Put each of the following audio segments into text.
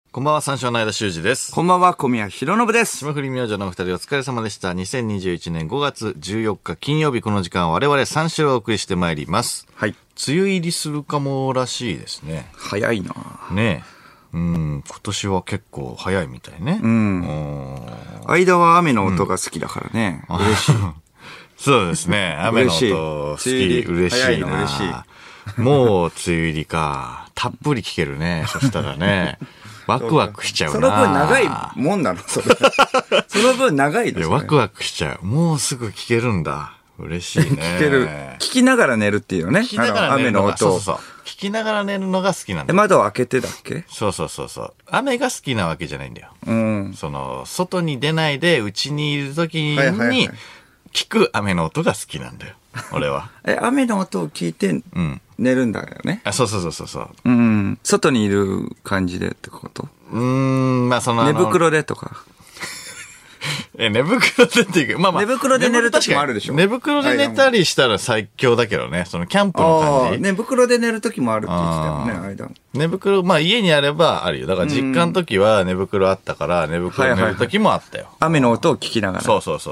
こんばんは、三照の間修二です。 こんばんは、小宮弘信です。 霜降り明星のお二人お疲れ様でした。2021年5月14日金曜日、この時間我々三種をお送りしてまいります。 はい。 梅雨入りするかもらしいですね。 早いなねえ。今年は結構早いみたいね。 間は雨の音が好きだからね。嬉しい。 そうですね。雨の音好き。嬉しいな。 嬉しい。 もう梅雨入りか。たっぷり聞けるね。そしたらね。ワクワクしちゃうな。 その分長いもんなのそれ。その分長いですね。 ワクワクしちゃう。もうすぐ聞けるんだ。嬉しいね。 聞ける。聞きながら寝るっていうのね。 聞きながら寝るのが、 雨の音。 そう。聞きながら寝るのが好きなんだ。 窓を開けてだっけ？ そう。雨が好きなわけじゃないんだよ。外に出ないで、家にいるときに、聞く雨の音が好きなんだよ。俺は。 雨の音を聞いて、寝るんだよね。 そう。 外にいる感じでってこと？ まあ寝袋でとか。 寝袋でっていうか、まあ。 寝袋で寝る時もあるでしょ。 寝袋で寝たりしたら最強だけどね。そのキャンプの感じ。 寝袋で寝る時もあるって言ってたよね、間。 寝袋、まあ家にあればあるよ。だから実家の時は寝袋あったから、寝袋寝る時もあったよ。 雨の音を聞きながら。 そう。 そう。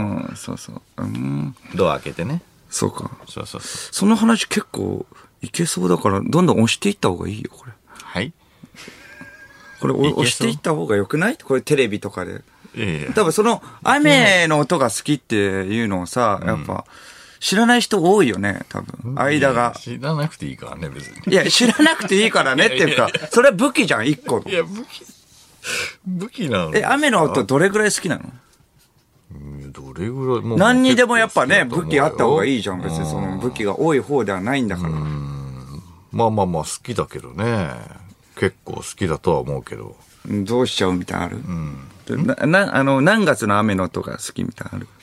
ドア開けてね。 そうか。 そう。 その話結構いけそうだから、どんどん押していった方がいいよ、これ。 はい。 これ押していった方がよくない？これテレビとかで。 いや。 多分その雨の音が好きっていうのをさ、やっぱ知らない人多いよね、多分。間が。 知らなくていいからね、別に。 いや、知らなくていいからねっていうか、それは武器じゃん、一個。 いや、武器なの？ 雨の音どれぐらい好きなの？ どれぐらい？もう何にでもやっぱね、武器あった方がいいじゃん、別にその武器が多い方ではないんだから。 まあ好きだけどね。結構好きだとは思うけど。 どうしちゃうみたいなのある？何月の雨の音が好きみたいなのある？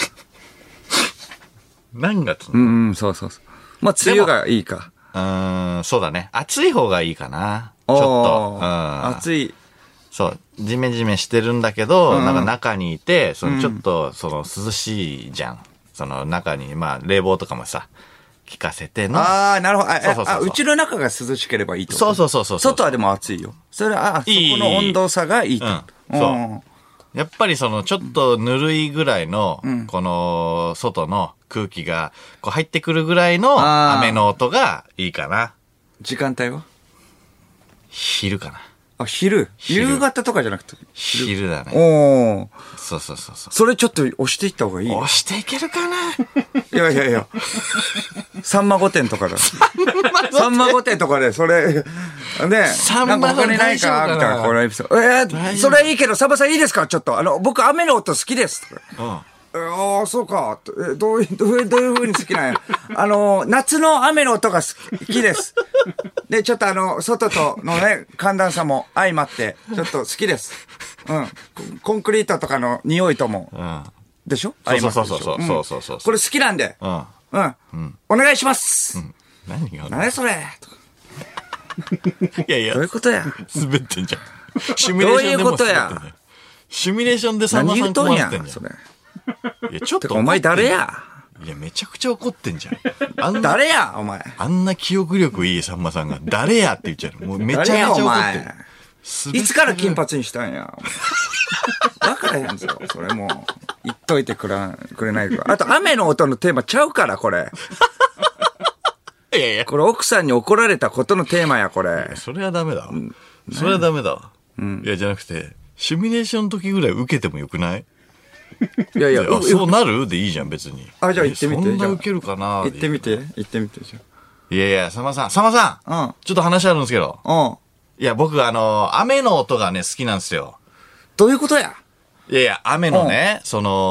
何月の？ そう。まあ、梅雨がいいか。 そうだね。暑い方がいいかな。ちょっと。 暑い。 そう。ジメジメしてるんだけど、なんか中にいて、ちょっと、涼しいじゃん。その中に、まあ、冷房とかもさ、効かせての。 なるほど。 そう。 うちの中が涼しければいいと。 そう。 外はでも暑いよ。それは、そこの温度差がいいと。 そう。やっぱりちょっとぬるいぐらいの、この、外の空気が、こう入ってくるぐらいの雨の音がいいかな。 時間帯は？ 昼かな。 昼。夕方とかじゃなくて。 昼だね。そう。 それちょっと押していった方がいい。 押していけるかな？ いや。さんま御殿とかだ。さんま御殿とかで、それ、ね、なんか他にないかみたいな、このエピソード。それいいけど、サバさんいいですか？ちょっと、僕雨の音好きです。そうか。どういう風に好きなんや。夏の雨の音が好きです。で、ちょっと外とのね、寒暖差も相まって、ちょっと好きです。コンクリートとかの匂いとも。でしょ？ そう。 これ好きなんで。お願いします。何それ？ いや。 どういうことや？ 滑ってんじゃん。シミュレーションでも滑ってんじゃん。 どういうことや？ シミュレーションでさんまさん困ってんじゃん。 それ。 いや、ちょっと。 お前誰や？ いや、めちゃくちゃ怒ってんじゃん。 誰やお前。 あんな記憶力いいさんまさんが、誰やって言っちゃうの。もうめちゃめちゃ怒ってる。 いつから金髪にしたんや。だからやんすよ。それもう、言っといてくれないか。あと、雨の音のテーマちゃうから、これ。 いや。 これ奥さんに怒られたことのテーマや、これ。 それはダメだわ。それはダメだわ。いや、じゃなくて、シミュレーションの時ぐらい受けてもよくない？ いや、 そうなるでいいじゃん、別に。 じゃあ行ってみて。 そんな受けるかな？ 行ってみて、じゃいや、さんまさん。ちょっと話あるんですけど。いや、僕、雨の音がね、好きなんですよ。 どういうことや？ いや、雨のね、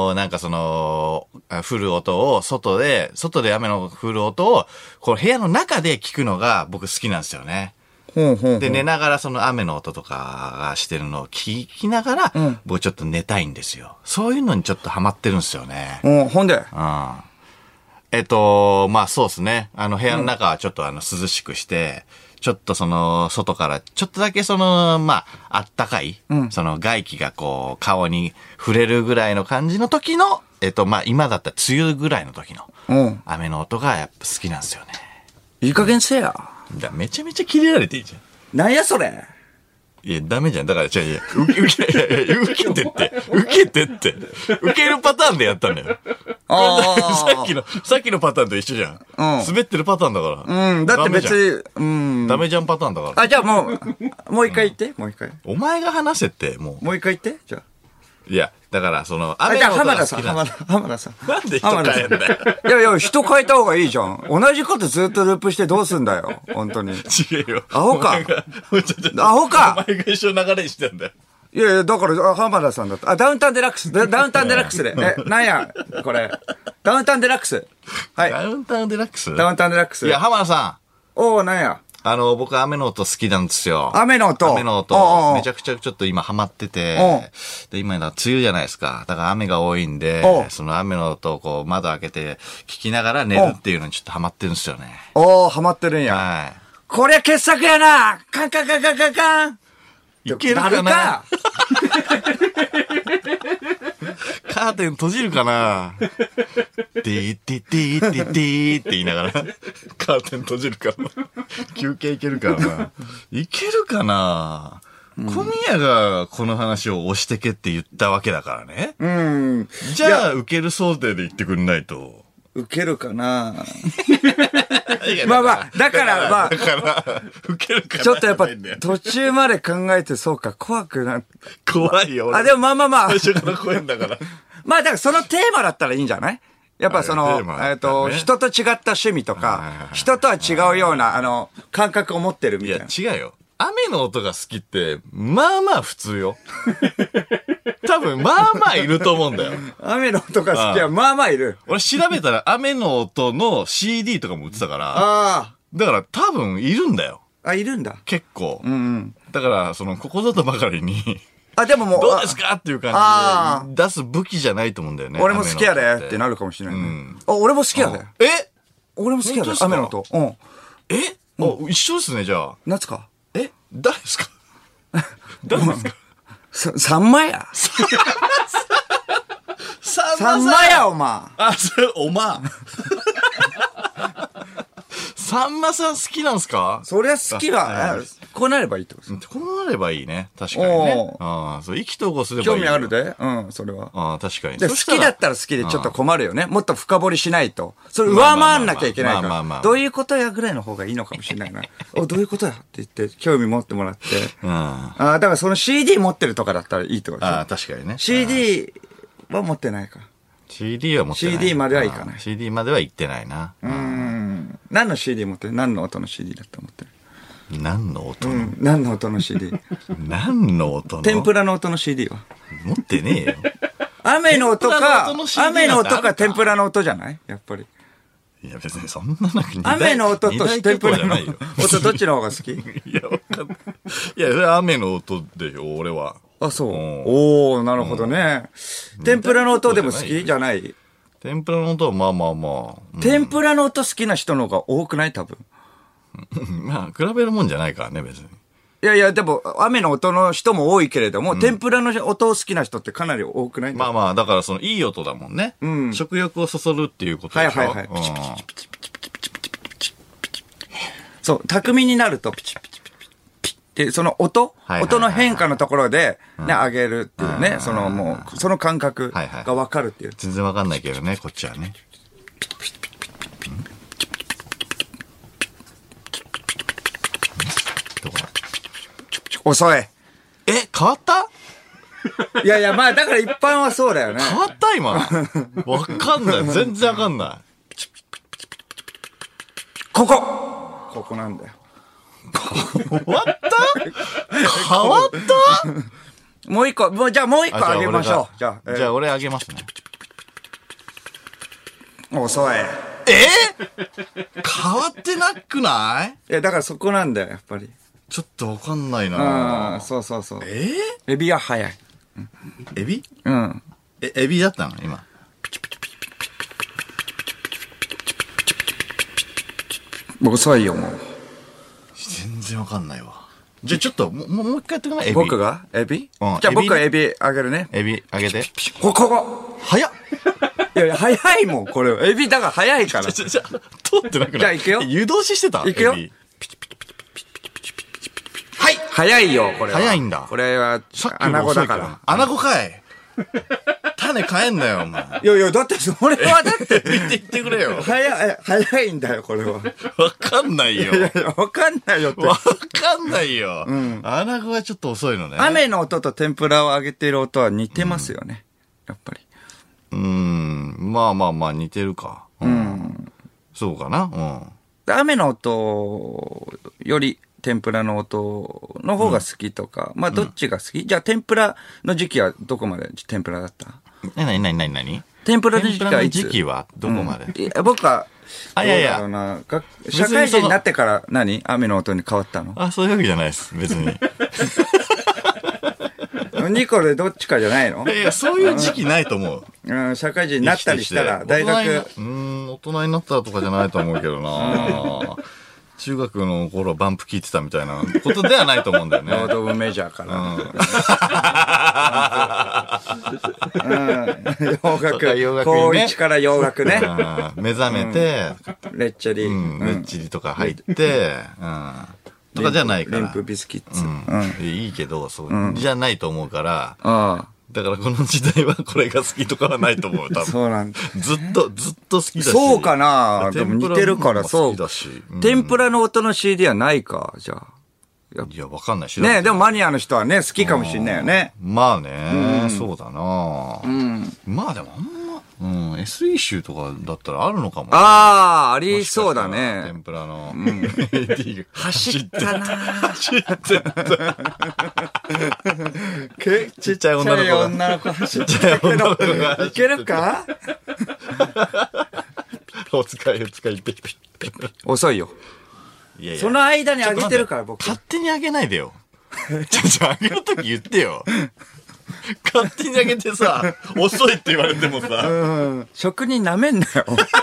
降る音を、外で雨の降る音を、この部屋の中で聞くのが僕好きなんですよね。で、寝ながらその雨の音とかがしてるのを聞きながら、僕ちょっと寝たいんですよ。そういうのにちょっとハマってるんですよね。 ほんで？ まあそうですね。部屋の中はちょっと涼しくして、ちょっと外から、ちょっとだけまあ、あったかい、外気がこう、顔に触れるぐらいの感じの時の、まあ、今だったら梅雨ぐらいの時の、雨の音がやっぱ好きなんですよね。 いい加減せや。 めちゃめちゃキレられていいじゃん。 なんやそれ。 いや、ダメじゃん。だから、受けてって。受けるパターンでやったんだよ。さっきのパターンと一緒じゃん。滑ってるパターンだから。 だって別に、 ダメじゃんパターンだから。 じゃあもう一回言って。もう一回。 お前が話せって、もう一回言って。じゃあ。 いや、だから、雨の音が好き浜田さん。 なんで人変えんだよ。 いや、人変えた方がいいじゃん。同じことずっとループしてどうすんだよ。本当に。 違うよ。 アホか。アホか。 お前が一緒流れにしてんだよ。 いや、だから、浜田さんだった。ダウンタウンデラックス。ダウンタウンデラックスで。なんや、これ。ダウンタウンデラックス。はい。 ダウンタウンデラックス。 ダウンタウンデラックス。 いや、浜田さん。なんや。 僕雨の音好きなんですよ。 雨の音めちゃくちゃちょっと今ハマってて、で、今梅雨じゃないですか。だから雨が多いんで、その雨の音をこう窓開けて聞きながら寝るっていうのにちょっとハマってるんですよね。 ハマってるんや。 はい。 こりゃ傑作やなカンカンカンカンカンカンいけるかなカーテン閉じるかなでーってって言いながら、カーテン閉じるかな休憩いけるかないけるかな小宮がこの話を押してけって言ったわけだからね。じゃあ、受ける想定で言ってくんないと。 受けるかなまあ、だから受けるかなちょっとやっぱ途中まで考えてそうか、怖くな。 怖いよ。 でもまあ。 最初から怖いんだから。 まあだからそのテーマだったらいいんじゃない？やっぱその、人と違った趣味とか、人とは違うような、感覚を持ってるみたいな。 いや、違うよ。雨の音が好きって、まあまあ普通よ。多分、まあまあいると思うんだよ。 雨の音が好きは、まあまあいる。 俺調べたら雨の音の CD とかも売ってたから。だから多分いるんだよ。 いるんだ。 結構。だから、ここぞとばかりに。 でももう。 どうですかっていう感じで出す武器じゃないと思うんだよね。 俺も好きやでってなるかもしれない。俺も好きやで。俺も好きやで、雨の音。 一緒ですね、じゃあ。 夏か。 誰ですか誰ですかさんまや。さんまや、おま。 それ、おま。さんまさん好きなんすか？ そりゃ好きは、こうなればいいってことです。 こうなればいいね。確かにね。そう、意気投合すればいい。 興味あるで。それは。 確かに。 好きだったら好きでちょっと困るよね。もっと深掘りしないと。それ上回んなきゃいけないから。どういうことやぐらいの方がいいのかもしれないな。どういうことやって言って興味持ってもらって。だからその CD 持ってるとかだったらいいってことですよ。 確かにね。 CD は持ってないか。 CD は持ってない。 CD まではいかない。 CD までは行ってないな。 何の CD 持ってる？何の音の CD だと思ってる？ 何の音の何の音の CD？ 何の音の天ぷらの音の CD は持ってねえよ。 雨の音か天ぷらの音じゃないやっぱり。 いや別にそんな雨の音と天ぷらの音どっちの方が好き？ いや、わかんない。いや、それ雨の音でよ、俺は。 そう。なるほどね。天ぷらの音でも好きじゃない？ 天ぷらの音はまあ。 天ぷらの音好きな人の方が多くない多分。 まあ、比べるもんじゃないからね、別に。 いや、でも、雨の音の人も多いけれども、天ぷらの音を好きな人ってかなり多くない？ まあ、だからいい音だもんね。食欲をそそるっていうことでしょ。 はい。そう、巧みになると、ピチピチピチピチって、その音の変化のところで、上げるっていうね、その感覚がわかるっていう。 全然わかんないけどね、こっちはね。 遅い。 変わった？ いや、まあ、だから一般はそうだよね。 変わった今。わかんない。全然わかんない。 ここなんだよ。 変わったもう一個、じゃあもう一個あげましょう。じゃあ俺あげますね。 遅い。 変わってなくない？ いや、だからそこなんだよ、やっぱり。 ちょっとわかんないな。 そう。エビは早い。 エビ？エビだったの今。 遅いよ、もう。 全然わかんないわ。じゃあちょっと、もう一回やってくれない？エビ。 僕がエビ？じゃあ僕はエビあげるね。 エビあげて。 ここ早っ！ いや、早いもん、これ。エビだから早いから。 通ってなくない？ じゃあ行くよ。 湯通ししてた？ 行くよ。 早いよ、これは。 早いんだ。 これは、穴子だから。 穴子かい。種変えんなよ、お前。 いやいや、だってそれはだって。 言ってくれよ。 早いんだよ、これは。 わかんないよ。 いやいや、わかんないよって。 わかんないよ。穴子はちょっと遅いのね。 雨の音と天ぷらを揚げている音は似てますよね。やっぱり。 まあ、似てるか。そうかな。 雨の音より天ぷらの音の方が好きとか、まあどっちが好き？じゃあ天ぷらの時期はどこまで天ぷらだった？ 何天ぷらの時期はいつ？ 時期はどこまで？ 僕は、 いやいや。 社会人になってから雨の音に変わったの？ そういうわけじゃないです、別に。 2個でどっちかじゃないの？ いや、そういう時期ないと思う。社会人になったりしたら、大学。 大人になったらとかじゃないと思うけどな。中学の頃はバンプ聞いてたみたいなことではないと思うんだよね。 ロード・オブ・メジャーから。洋楽。高一から洋楽ね。 目覚めて、 レッチェリ。 レッチリとか入って、とかじゃないから。 リンプビスキッツ。 いいけど、そうじゃないと思うから、だからこの時代はこれが好きとかはないと思う、多分。 そうなんだ。 ずっと好きだし。 そうかなでも似てるからそう。天ぷらの音の CD はないか、じゃあ。 いや、わかんないし。 ねでもマニアの人はね、好きかもしんないよね。 まあね、そうだなまあでもあんま、SE 集とかだったらあるのかも。 ありそうだね。 天ぷらの AD が。 走ったな走ってた。 ちっちゃい女の子走ってたけど、いけるかお使い、 遅いよ。その間にあげてるから僕。 勝手にあげないでよ。あげるとき言ってよ。勝手にあげてさ、遅いって言われてもさ。 職人なめんなよ。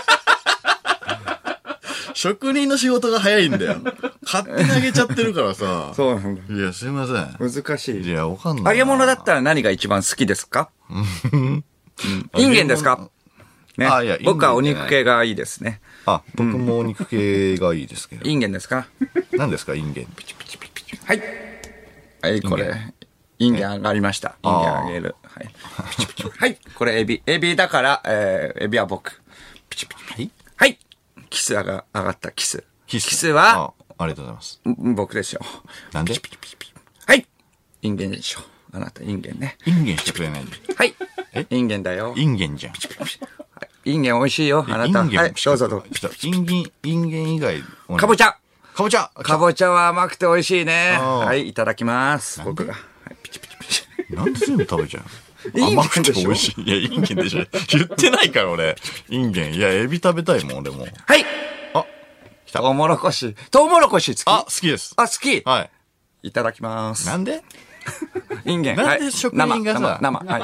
職人の仕事が早いんだよ。勝手にあげちゃってるからさ。 そうなんだ。 いや、すいません。 難しい。 いや、わかんない。 揚げ物だったら何が一番好きですか？インゲンですか？ね。僕はお肉系がいいですね。 僕もお肉系がいいですけど。 インゲンですか？ 何ですか、インゲン。 はい。はい、これ。インゲン上がりました。インゲン上げる。はい。はい。これエビ。エビだから、エビは僕。はい。キスが上がったキス。キスは、 ありがとうございます。 僕ですよ。 なんで？ はい。インゲンでしょ。あなたインゲンね。 インゲンしてくれないんで。 はい。インゲンだよ。 インゲンじゃん。 インゲン美味しいよ、あなた。はい、どうぞどうぞ。 インゲン以外。 かぼちゃ。 かぼちゃ。 かぼちゃは甘くて美味しいね。はい、いただきます。僕が。 なんで全部食べちゃうの？甘くて美味しい。いや、インゲンでしょ。言ってないから俺。インゲン。いや、エビ食べたいもん、俺も。 はい。来た。トウモロコシ。トウモロコシ好き？ 好きです。 好き？ はい。 いただきます。 なんで？ インゲン。 なんで職人がさ。 生。はい。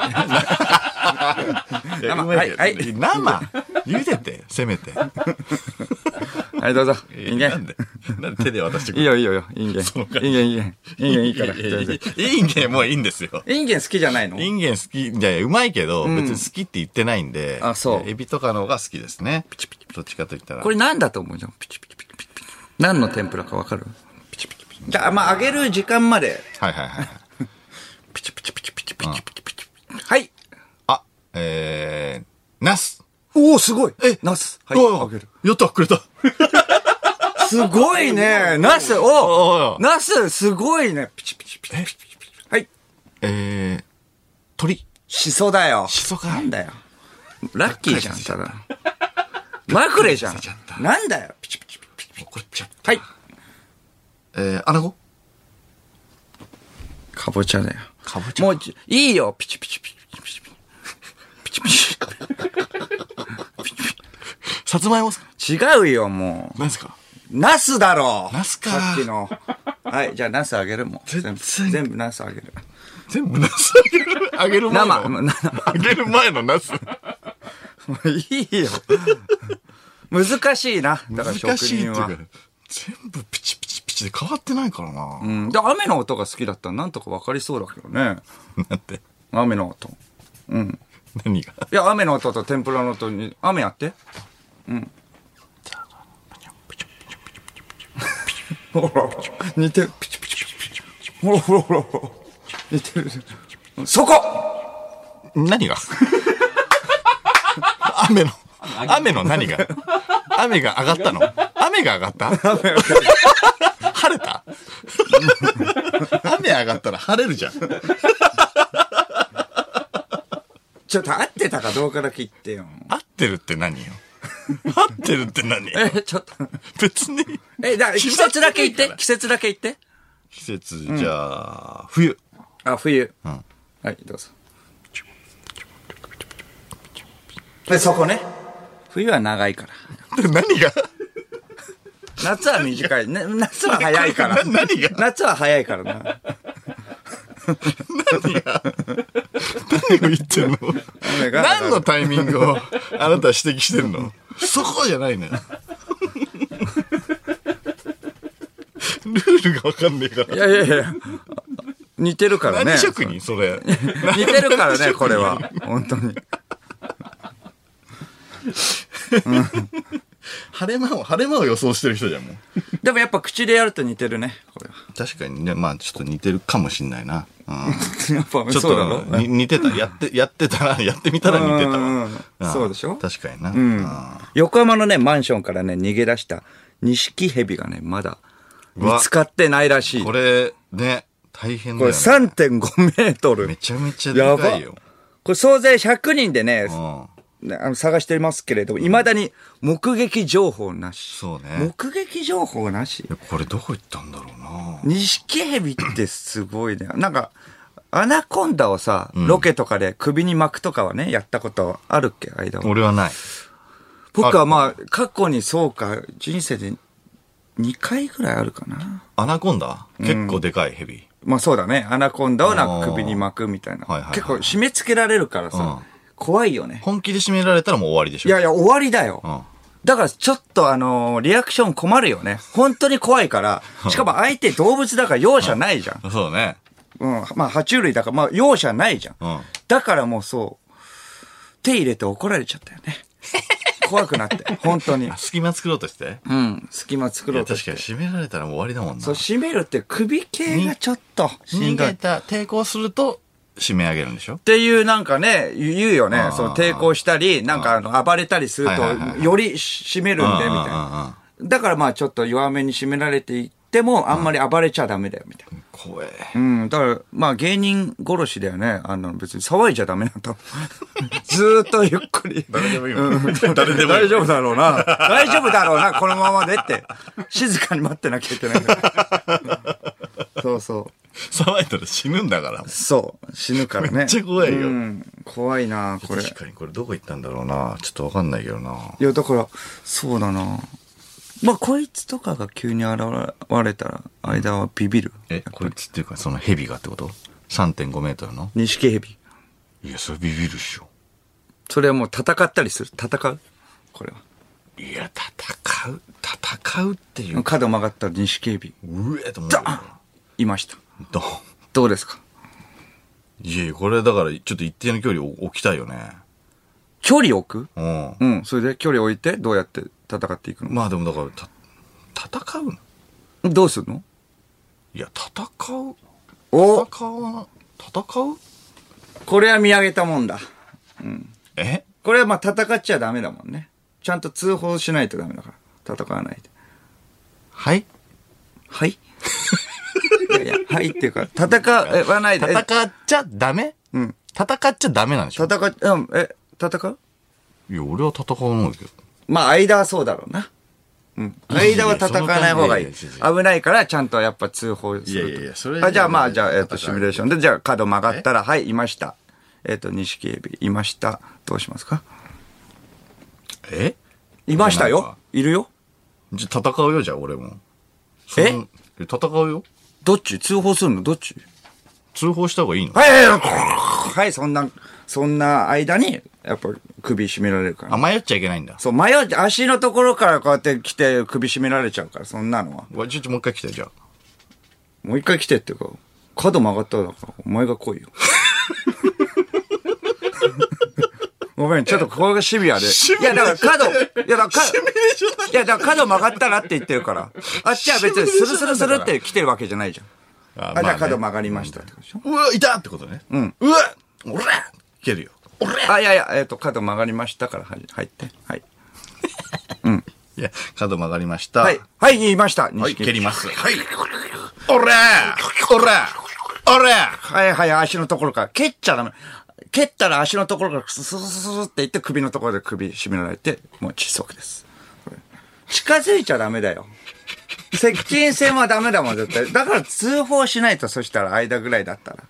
はい。生茹でて、せめて。 はい、どうぞ。インゲン。 なんで手で渡してくる？いいよ。インゲン。インゲンいいから。 インゲンもういいんですよ。 インゲン好きじゃないの？ インゲン好き。じゃうまいけど、別に好きって言ってないんで。 そう。 エビとかの方が好きですね。どっちかと言ったら。 これなんだと思うじゃん。何の天ぷらかわかる？じゃあ、揚げる時間まで。 はい。 はい。 ナス。 おー、すごい。ナス。はい、揚げる。 やった、くれた。 すごいね。ナス、ナス、すごいね。はい。 鳥。 シソだよ。 シソか。 なんだよ。ラッキーじゃん、ただ。まぐれじゃん。なんだよ。はい。 アナゴ。 かぼちゃだよ。 かぼちゃ。 もう、いいよ。ピチ。 さつまいもっすか？ 違うよ、もう。 何すか？ ナスだろ。 ナスか。 さっきの。はい、じゃあナスあげるもん。全部ナスあげる。 全部ナスあげる前の。あげる前のナス。 もういいよ。難しいな。だから職人は。 全部ピチで変わってないからな。 で、雨の音が好きだったらなんとか分かりそうだけどね。 なんて？ 雨の音。 何が？ いや、雨の音と天ぷらの音に、雨やって。ほら、似てる。 ほらほらほらほら。似てる。そこ何が雨の何が雨が上がったの雨が上がった晴れた雨上がったら晴れるじゃん。 ちょっと合ってたかどうかだけ言ってよ。 合ってるって何よ。合ってるって何ちょっと。 別に。 季節だけ言って。季節だけ言って。 季節、じゃあ、冬。 あ、冬。 うん。 はい、どうぞ。そこね。冬は長いから。 何が夏は短い。夏は早いから。 何が夏は早いからな。 何を言ってんの何のタイミングをあなたは指摘してるのそこじゃないのよ。ルールがわかんねえから。 いや。似てるからね。 何職人それ。 似てるからね、これは。本当に。 晴れ間を予想してる人じゃん、もう。 でもやっぱ口でやると似てるね、これは。 確かにね、まあちょっと似てるかもしんないな。 やっぱちょっと似てた。やってたら、やってみたら似てたわ。 そうでしょ？ 確かにな。 横浜のね、マンションからね、逃げ出した錦蛇がね、まだ見つかってないらしい。 これ、ね、大変だよね。 これ 3.5 メートル。 めちゃめちゃでかいよ。 これ総勢100人でね、探してますけれども、未だに目撃情報なし。 そうね。 目撃情報なし。 これどこ行ったんだろうな。 錦蛇ってすごいね。なんか、アナコンダをさ、ロケとかで首に巻くとかはね、やったことあるっけ、間は。 俺はない。 僕はまあ、過去にそうか、人生で2回ぐらいあるかな。 アナコンダ結構でかい蛇。 まあそうだね。アナコンダをなんか首に巻くみたいな。結構締め付けられるからさ、怖いよね。 本気で締められたらもう終わりでしょ。 いや終わりだよ。だからちょっとリアクション困るよね。本当に怖いから。しかも相手動物だから容赦ないじゃん。 そうね。 まあ爬虫類だからまあ容赦ないじゃん。だからもうそう、手入れて怒られちゃったよね。怖くなって。本当に。 隙間作ろうとして隙間作ろうとして。 確かに締められたらもう終わりだもんな。 そう、締めるって首系がちょっと逃げた、抵抗すると、締め上げるんでしょっていうなんかね、言うよね。その抵抗したり、なんか暴れたりすると、より締めるんで、みたいな。だからまあちょっと弱めに締められていっても、あんまり暴れちゃダメだよ、みたいな。 怖え。 だからまあ芸人殺しだよね。別に騒いじゃダメなんだ。ずーっとゆっくり。 誰でもいいよ。誰でもいい。 大丈夫だろうな。大丈夫だろうな、このままでって。静かに待ってなきゃいけないから。そうそう。 騒いだら死ぬんだから。 そう。死ぬからね。 めっちゃ怖いよ。 怖いな、これ。 確かにこれどこ行ったんだろうな。ちょっとわかんないけどな。 いや、だから、そうだな。まあ、こいつとかが急に現れたら、間はビビる。 こいつっていうか、その蛇がってこと ?3.5 メートルの錦蛇。 いや、それビビるっしょ。 それはもう戦ったりする。戦うこれは。 いや、戦うっていう。 角曲がった錦蛇。 うえと思う。 いました。どうですか？ いや、これだからちょっと一定の距離を置きたいよね。 距離置く？ うん。 それで距離置いてどうやって戦っていくの？ まあでもだから戦うの？どうするの？ いや、戦うこれは見上げたもんだ。これはまあ戦っちゃダメだもんね。ちゃんと通報しないとダメだから。戦わないで。はい？いや、はいっていうか、戦わないで。 戦っちゃダメ？戦っちゃダメなんでしょ？戦う？ いや、俺は戦わないけど。 まあ、間はそうだろうな。間は戦わない方がいい。危ないから、ちゃんとやっぱ通報する。 いや、それじゃあまあ、シミュレーションで、じゃあ角曲がったら、はい、いました。錦エビ、いました。どうしますか？いましたよ。いるよ。 じゃあ戦うよ、じゃあ俺も。戦うよ。 どっち？通報するの？どっち？ 通報した方がいいの？ はい、そんな間に、やっぱ首絞められるから。 迷っちゃいけないんだ。 そう、足のところからこうやって来て首絞められちゃうから、そんなのは。 もう一回来て、じゃあ。 もう一回来てっていうか、角曲がったら、お前が来いよ。ごめん、ちょっとこれがシビアで。いや、だから角曲がったらって言ってるから。あっちは別にスルスルスルって来てるわけじゃないじゃん。 じゃあ角曲がりましたってことでしょ。 うわ、いたってことね。 うん。 うわおらいけるよ。おらいや、角曲がりましたから入って。はい。うん。 いや、角曲がりました。 はい。はい、言いました。 はい、蹴ります。はい。おらおらおらはい、足のところから。蹴っちゃダメ。蹴ったら足のところからススススっていって首のところで首絞められて、もう窒息です。近づいちゃダメだよ。接近戦はダメだもん、絶対。だから通報しないと、そしたら間ぐらいだったら。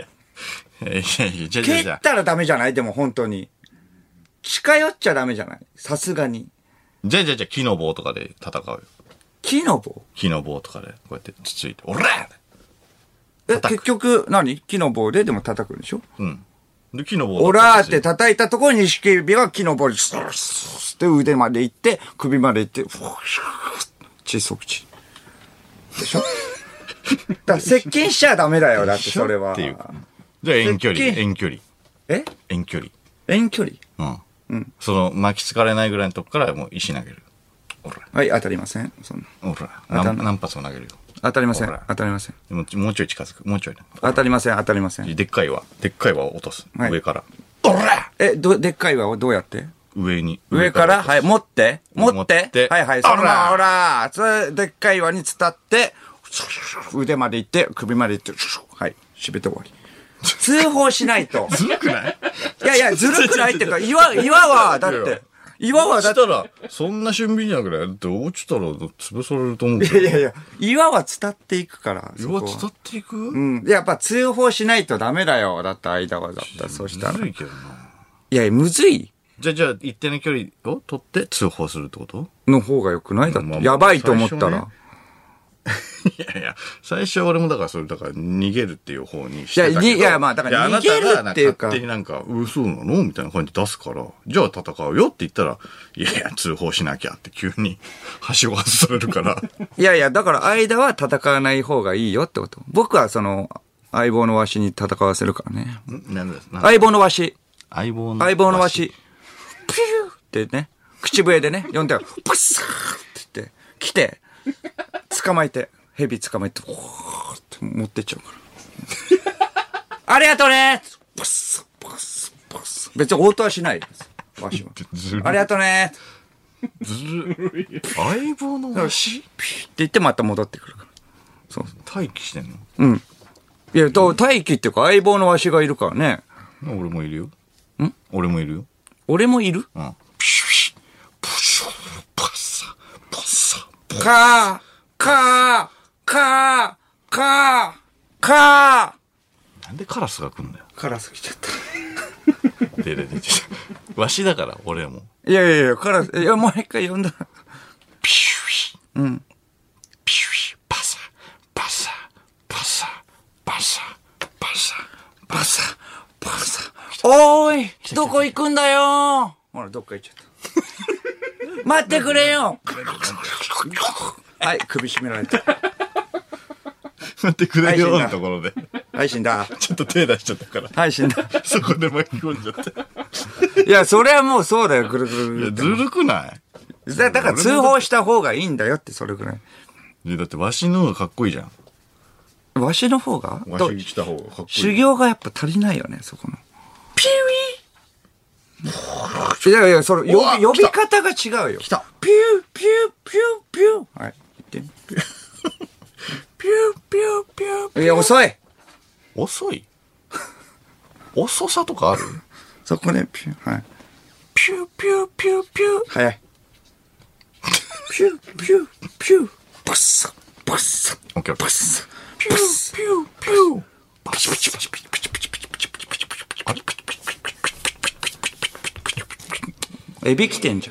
蹴ったらダメじゃないでも本当に。近寄っちゃダメじゃないさすがに。 じゃあ、木の棒とかで戦うよ。 木の棒木の棒とかで、こうやってつついて、おら結局木の棒ででも叩くんでしょうん。で、木の棒おらーって叩いたところに錦指は木の棒にスーッって腕まで行って、首まで行って、窒息死。でしょだから接近しちゃダメだよ、だってそれは。 っていうか。じゃあ遠距離。遠距離。 遠距離うん。その、巻きつかれないぐらいのとこからもう石投げる。おら。 はい、当たりません。 おら。何発も投げるよ。 当たりません。 もうちょい近づく。もうちょいね。 当たりません。 でっかい輪を落とす。 はい、 上から。 おらでっかい輪をどうやって上からはい、持って。はい、そのまま、おらそれ、でっかい輪に伝って、腕まで行って、首まで行って、はい、締めて終わり。通報しないと。 ずるくない？ いや、ずるくないっていうか、岩は、だって、岩はだって。 落ちたら、そんな俊敏じゃなくない？だって落ちたら潰されると思うけど。 いや、岩は伝っていくから。 岩伝っていく？ うん。やっぱ通報しないとダメだよ。だって間はだったら、そうしたら。 むずいけどな。 いや、むずい。 じゃあ、一定の距離を取って通報するってことの方が良くないだって。やばいと思ったら。 いや、最初は俺もだから逃げるっていう方にしてたけど。 いや、まあ、だから逃げるっていうか。 勝手にそうなのみたいな感じで出すから、じゃあ戦うよって言ったら、いや、通報しなきゃって急に、はしご外されるから。 いや、だから間は戦わない方がいいよってこと。僕は相棒のわしに戦わせるからね。相棒のわし。 相棒のわし。ピューってね、口笛でね、呼んで、プッサーって言って、来て、捕まえて、蛇捕まえて、おーって持ってっちゃうから。ありがとうねーパスパスパス。別に応答はしないです。わしは。ありがとうねーずるい。相棒のわしピーって言ってまた戻ってくるから。そう。 待機してんの？ うん。いや、待機っていうか相棒のわしがいるからね。 俺もいるよ。 俺もいるうん。 ピシュピプシュパッサパッサカーなんでカラスが来んだよ。 カラス来ちゃった。 でわしだから、俺も。 いや、カラス、もう一回呼んだ。 ピシュうん。 ピシュパサパサパサパサパサパサパサ。 おーい、どこ行くんだよほら、どっか行っちゃった。待ってくれよはい、首絞められた。 待ってくれよのところで。 はい、死んだ。 ちょっと手出しちゃったから。 はい、死んだ。 そこで巻き込んじゃった。 いや、それはもうそうだよ、ぐるぐる。 いや、ずるくないだから通報した方がいいんだよって、それぐらい。 いや、だってわしの方がかっこいいじゃん。 わしの方がわし来た方がかっこいい。 修行がやっぱ足りないよね、そこの。ピューいや、呼び方が違うよ。 来た。 ピュー、ピュー、ピュー、ピュー。はい、言って。ピュー、ピュー、ピュー。いや、遅い。 遅さとかある？ そこで、ピュー、はい。 ピュー、ピュー、ピュー、ピュー。 早い。ピュー、ピュー、ピュー。パッサ、パッサ。 オッケー、 パッサ。 ピュー、ピュー、ピュー。 パチパチパチパチパチパチパチパチパチパチパチパチパチパチ。エビ来てんじゃん。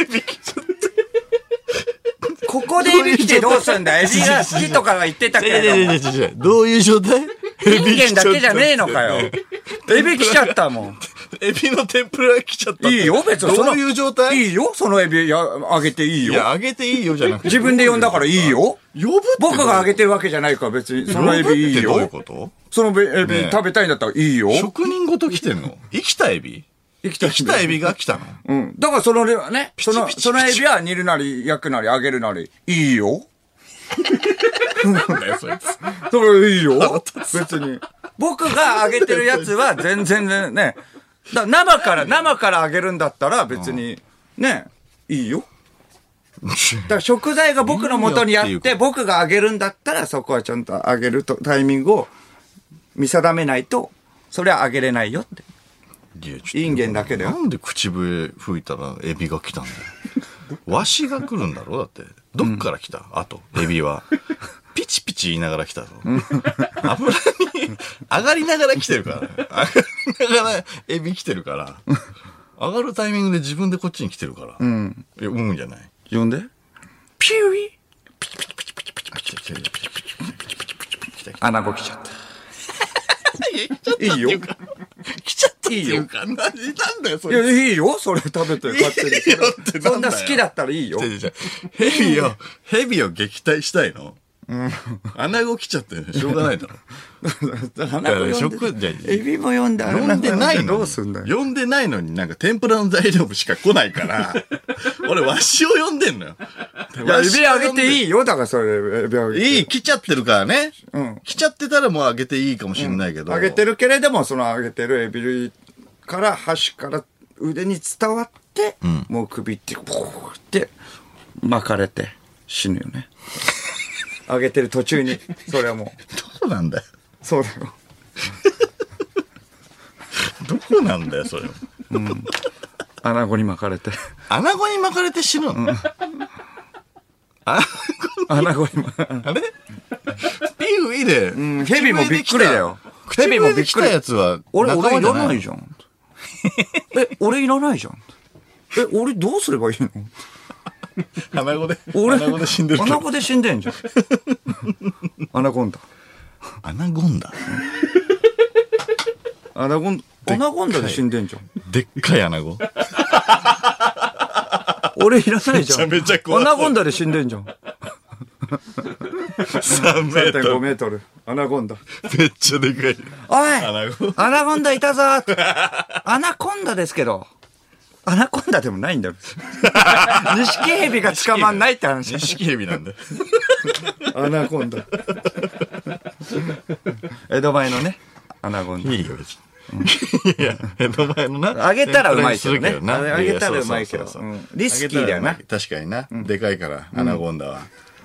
ここでエビ来てどうすんだエビが好きとかは言ってたけど。 どういう状態？ 人間だけじゃねえのかよ。エビ来ちゃったもん。 エビの天ぷら来ちゃった。 いいよ、別に。 どういう状態？ いいよ、そのエビあげていいよ。 いや、あげていいよじゃなくて。 自分で呼んだからいいよ。 呼ぶって僕があげてるわけじゃないから別に。そのエビいいよ。 どういうこと？ そのエビ食べたいんだったらいいよ。 職人ごと来てんの？生きたエビ？生きたエビが来たの？ うん。だからそのね、そのエビは煮るなり焼くなり揚げるなりいいよ。 なんだよ、そいつ。 それいいよ。別に。僕があげてるやつは全然ね、生からあげるんだったら別に、ね、いいよ。だから食材が僕の元にあって、僕があげるんだったら、そこはちゃんとあげるタイミングを見定めないと、それはあげれないよって。インゲンだけだよ。 なんで口笛吹いたらエビが来たんだよ。わしが来るんだろだって。どっから来た、あと、エビは。ピチピチ言いながら来たぞ。油に上がりながら来てるから。上がりながらエビ来てるから。上がるタイミングで自分でこっちに来てるから。いや、じゃない。 呼んで。 ピューリピチピチピチピチピチピチピチピチピチピチピチ。 穴子来ちゃった。 いいよ。来ちゃったっていうか、なんだよ、それ。 いや、いいよ、それ食べて、勝手に。 いいよってそんな好きだったらいいよ。 ヘビを撃退したいの？穴子来ちゃってしょうがないだろ。 エビも呼んで、 呼んでないの？ どうすんだよ。 呼んでないのになんか天ぷらの材料しか来ないから、俺わしを呼んでんのよ。 いや、エビあげていいよ、だからそれ、エビあげて。 いい、来ちゃってるからね。来ちゃってたらもうあげていいかもしれないけど。 あげてるけれども、そのあげてるエビ類から端から腕に伝わって、もう首って、ポーって巻かれて死ぬよね。あげてる途中に、それはもう。どこなんだよ。 そうだよ。 どこなんだよ、それ。 穴子に巻かれて。 穴子に巻かれて死ぬの？ 穴子に巻かれて。 あれピウイで。 ヘビもびっくりだよ。 ヘビもびっくり。やつは。 俺いらないじゃん。俺いらないじゃん。俺どうすればいいの？ 穴子で死んでる。 穴子で死んでんじゃん。アナコンダ。 アナゴンダアナゴンダで死んでんじゃん。 でっかいアナゴ。 俺いらないじゃん。 めちゃめちゃ怖い。 アナゴンダで死んでんじゃん。 3.5 メートル。アナゴンダ。 めっちゃでかい。 おいアナゴンダいたぞアナコンダですけど。アナコンダでもないんだよ。ニシキヘビが捕まんないって話。 ニシキヘビなんだよ。 アナコンダ。江戸前のね、アナゴンダ。 いいよ、別に。いや、江戸前のな。 あげたらうまいけどね。 あげたらうまいけど。リスキーだよな。 確かにな。でかいから、アナゴンダは。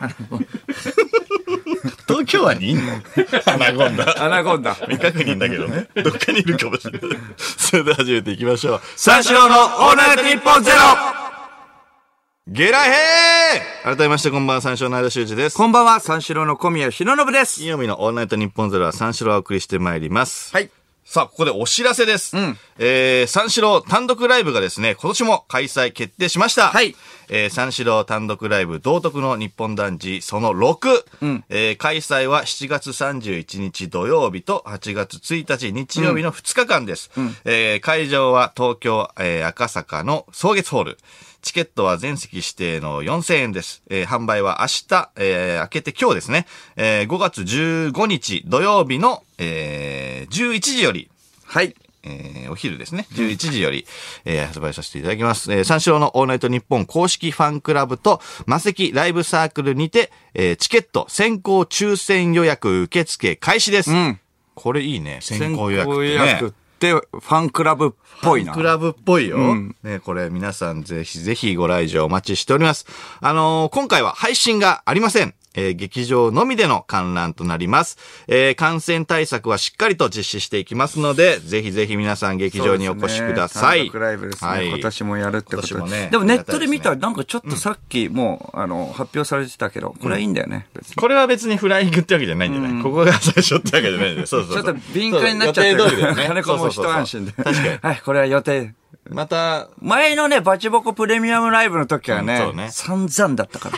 東京湾にいんの？アナゴンダ。 アナゴンダ。 未確認だけどね。どっかにいるかもしれない。それでは始めていきましょう。三四郎のオールナイトニッポンゼロゲラヘー改めましてこんばんは、三四郎の間修二です。 こんばんは、三四郎の小宮浩信です。 金曜日のオールナイトニッポンゼロは三四郎をお送りしてまいります。 はい。 さあ、ここでお知らせです。三四郎単独ライブがですね、今年も開催決定しました。 はい。 三四郎単独ライブ道徳の日本男児その6。開催は7月31日土曜日と8月1日日曜日の2日間です。会場は東京、赤坂の草月ホール。チケットは全席指定の4000円です。販売は明日、明けて今日ですね。5月15日土曜日の、11時より。 はい。 お昼ですね。11時より、発売させていただきます。三四郎のオールナイトニッポン公式ファンクラブと、マセキライブサークルにて、チケット先行抽選予約受付開始です。これいいね。先行予約ってね。先行予約ってファンクラブっぽいな。 ファンクラブっぽいよ。ね、これ皆さんぜひぜひご来場お待ちしております。今回は配信がありません。劇場のみでの観覧となります。感染対策はしっかりと実施していきますので、ぜひぜひ皆さん劇場にお越しください。 単独ライブですね。はい、今年もやるってことで。 でもネットで見たらなんかちょっとさっきもう、発表されてたけど、これはいいんだよね。別にこれは別にフライングってわけじゃないんじゃない、ここが最初ってわけじゃないんで。そうそうそう。 ちょっと敏感になっちゃってる。 予定通りだよね。 金子も一安心で。 確かに。 はい、これは予定。 また、 前のね、バチボコプレミアムライブの時はね、 そうね散々だったから。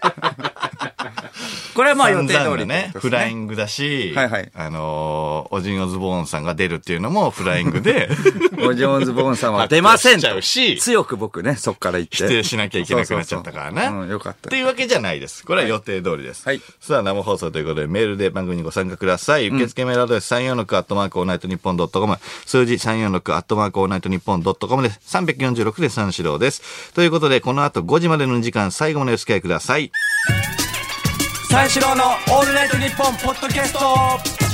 これはまあ予定通りね。フライングだし、 はいはい。 オジンオズボーンさんが出るっていうのもフライングで、 オジンオズボーンさんは出ませんと。 し強く僕ね、そっから言って。 否定しなきゃいけなくなっちゃったからな。 よかった。 っていうわけじゃないです。これは予定通りです。 はい。 さあ、生放送ということでメールで番組にご参加ください。受付メールアドレス346アットマークオールナイトニッポンドットコム。数字346アットマークオールナイトニッポンドットコムです。346で三四郎です。ということで、この後5時までの時間、最後までお付き合いください。 三四郎のオールナイトニッポンポッドキャスト。